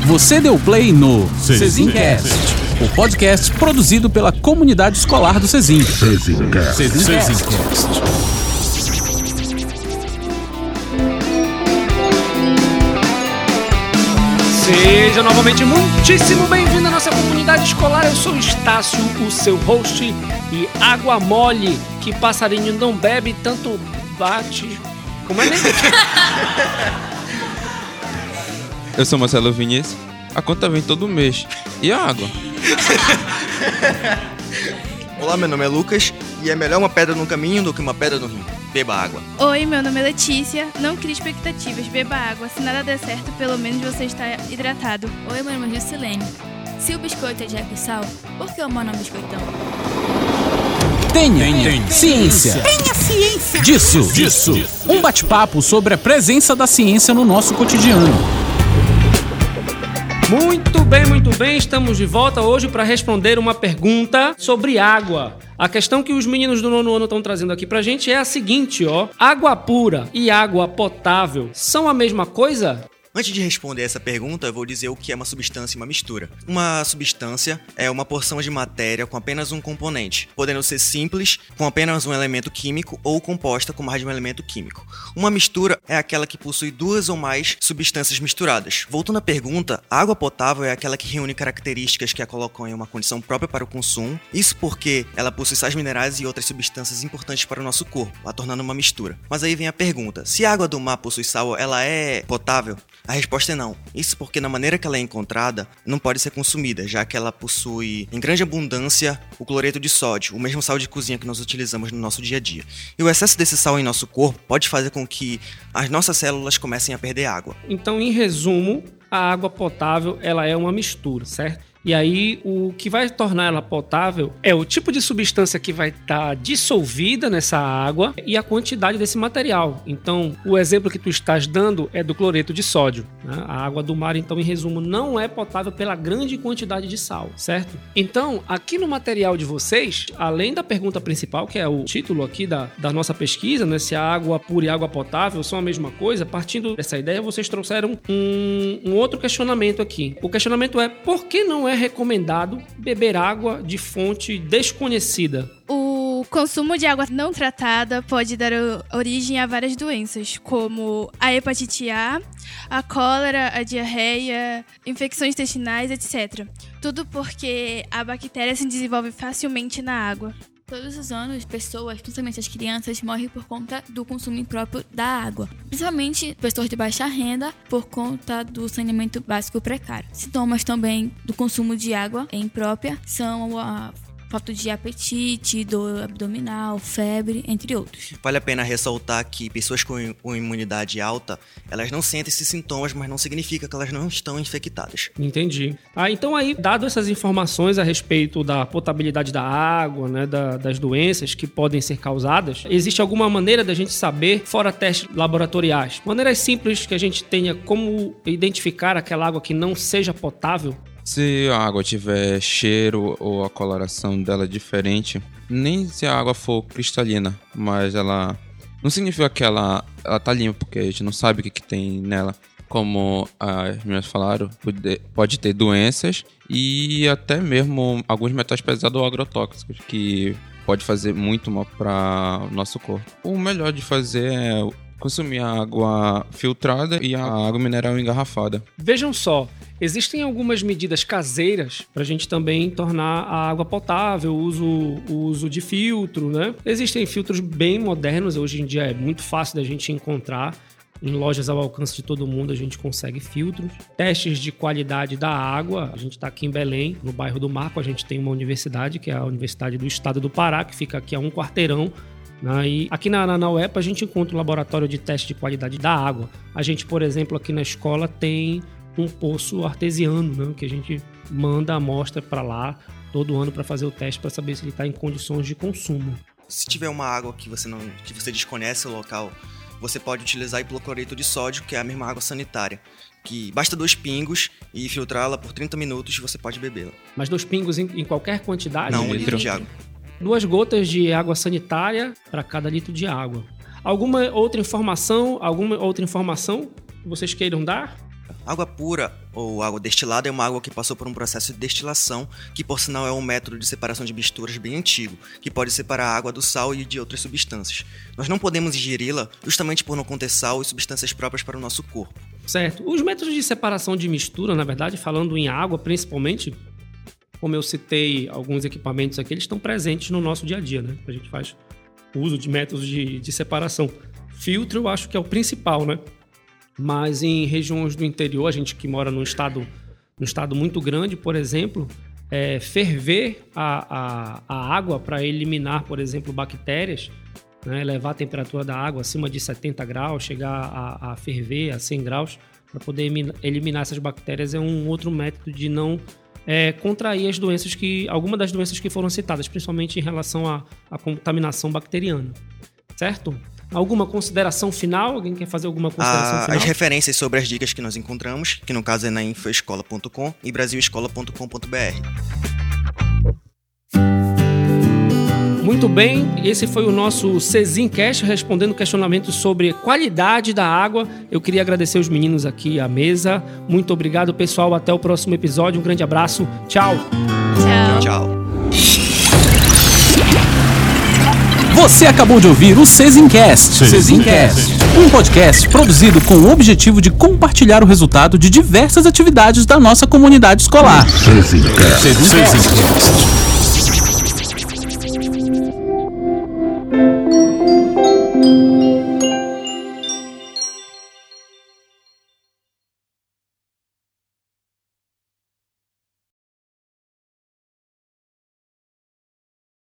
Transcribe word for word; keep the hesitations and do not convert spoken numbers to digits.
Você deu play no Cezincast, o podcast produzido pela comunidade escolar do Cezin. Cezincast. Cezincast. Seja novamente muitíssimo bem-vindo à nossa comunidade escolar. Eu sou o Estácio, o seu host, e água mole que passarinho não bebe, tanto bate... Como é mesmo? Eu sou Marcelo Vinícius. A conta vem todo mês. E a água? Olá, meu nome é Lucas e é melhor uma pedra no caminho do que uma pedra no rio. Beba água. Oi, meu nome é Letícia. Não crie expectativas, beba água. Se nada der certo, pelo menos você está hidratado. Oi, meu nome é Juscelene. Se o biscoito é de água e sal, por que o meu nome é biscoitão? Tenha, Tenha ciência. Tenha ciência. Disso, disso. Um bate-papo sobre a presença da ciência no nosso cotidiano. Muito bem, muito bem. Estamos de volta hoje para responder uma pergunta sobre água. A questão que os meninos do nono ano estão trazendo aqui pra gente é a seguinte, ó. Água pura e água potável são a mesma coisa? Antes de responder essa pergunta, eu vou dizer o que é uma substância e uma mistura. Uma substância é uma porção de matéria com apenas um componente, podendo ser simples, com apenas um elemento químico, ou composta com mais de um elemento químico. Uma mistura é aquela que possui duas ou mais substâncias misturadas. Voltando à pergunta, a água potável é aquela que reúne características que a colocam em uma condição própria para o consumo, isso porque ela possui sais minerais e outras substâncias importantes para o nosso corpo, a tornando uma mistura. Mas aí vem a pergunta, se a água do mar possui sal, ela é potável? A resposta é não. Isso porque na maneira que ela é encontrada, não pode ser consumida, já que ela possui em grande abundância o cloreto de sódio, o mesmo sal de cozinha que nós utilizamos no nosso dia a dia. E o excesso desse sal em nosso corpo pode fazer com que as nossas células comecem a perder água. Então, em resumo, a água potável ela é uma mistura, certo? E aí, o que vai tornar ela potável é o tipo de substância que vai estar dissolvida nessa água e a quantidade desse material. Então, o exemplo que tu estás dando é do cloreto de sódio, né? A água do mar, então, em resumo, não é potável pela grande quantidade de sal, certo? Então, aqui no material de vocês, além da pergunta principal, que é o título aqui da, da nossa pesquisa, né? Se a água pura e a água potável são a mesma coisa, partindo dessa ideia, vocês trouxeram um, um outro questionamento aqui. O questionamento é, por que não é é recomendado beber água de fonte desconhecida? O consumo de água não tratada pode dar origem a várias doenças, como a hepatite A, a cólera, a diarreia, infecções intestinais, etcétera. Tudo porque a bactéria se desenvolve facilmente na água. Todos os anos, pessoas, principalmente as crianças, morrem por conta do consumo impróprio da água. Principalmente pessoas de baixa renda, por conta do saneamento básico precário. Sintomas também do consumo de água imprópria são a falta de apetite, dor abdominal, febre, entre outros. Vale a pena ressaltar que pessoas com, com imunidade alta, elas não sentem esses sintomas, mas não significa que elas não estão infectadas. Entendi. Ah, então aí, dado essas informações a respeito da potabilidade da água, né, da, das doenças que podem ser causadas, existe alguma maneira da gente saber, fora testes laboratoriais, maneiras simples que a gente tenha como identificar aquela água que não seja potável? Se a água tiver cheiro ou a coloração dela diferente, nem se a água for cristalina, mas ela não significa que ela, ela tá limpa, porque a gente não sabe o que, que tem nela. Como as meninas falaram, pode, pode ter doenças e até mesmo alguns metais pesados ou agrotóxicos, que pode fazer muito mal para o nosso corpo. O melhor de fazer é consumir a água filtrada e a água mineral engarrafada. Vejam só, existem algumas medidas caseiras para a gente também tornar a água potável, o uso, o uso de filtro, né? Existem filtros bem modernos, hoje em dia é muito fácil da gente encontrar. Em lojas ao alcance de todo mundo a gente consegue filtros. Testes de qualidade da água. A gente está aqui em Belém, no bairro do Marco. A gente tem uma universidade, que é a Universidade do Estado do Pará, que fica aqui a um quarteirão. E aqui na, na, na U E P A a gente encontra um laboratório de teste de qualidade da água. A gente, por exemplo, aqui na escola tem um poço artesiano, né, que a gente manda a amostra para lá todo ano para fazer o teste para saber se ele está em condições de consumo. Se tiver uma água que você, não, que você desconhece o local, você pode utilizar hipocloreto de sódio, que é a mesma água sanitária, que basta dois pingos e filtrá-la por trinta minutos e você pode bebê-la. Mas dois pingos em, em qualquer quantidade? Não, um litro de água. Duas gotas de água sanitária para cada litro de água. Alguma outra informação, alguma outra informação que vocês queiram dar? Água pura ou água destilada é uma água que passou por um processo de destilação, que por sinal é um método de separação de misturas bem antigo, que pode separar a água do sal e de outras substâncias. Nós não podemos ingeri-la justamente por não conter sal e substâncias próprias para o nosso corpo. Certo. Os métodos de separação de mistura, na verdade, falando em água principalmente, como eu citei alguns equipamentos aqui, eles estão presentes no nosso dia a dia, né? A gente faz uso de métodos de, de separação. Filtro eu acho que é o principal, né? Mas em regiões do interior, a gente que mora num estado, num estado muito grande, por exemplo, é, ferver a, a, a água para eliminar, por exemplo, bactérias, né, levar a temperatura da água acima de setenta graus, chegar a, a ferver a cem graus, para poder eliminar essas bactérias, é um outro método de não é, contrair as doenças que, algumas das doenças que foram citadas, principalmente em relação à, à contaminação bacteriana, certo? Alguma consideração final? Alguém quer fazer alguma consideração ah, final? As referências sobre as dicas que nós encontramos, que no caso é na infoescola ponto com e brasil escola ponto com ponto b r. Muito bem, esse foi o nosso Cezincast respondendo questionamentos sobre qualidade da água. Eu queria agradecer os meninos aqui à mesa. Muito obrigado, pessoal. Até o próximo episódio. Um grande abraço. Tchau. Tchau. Tchau. Você acabou de ouvir o Cezincast. Cezincast, um podcast produzido com o objetivo de compartilhar o resultado de diversas atividades da nossa comunidade escolar. Cezincast. Cezincast.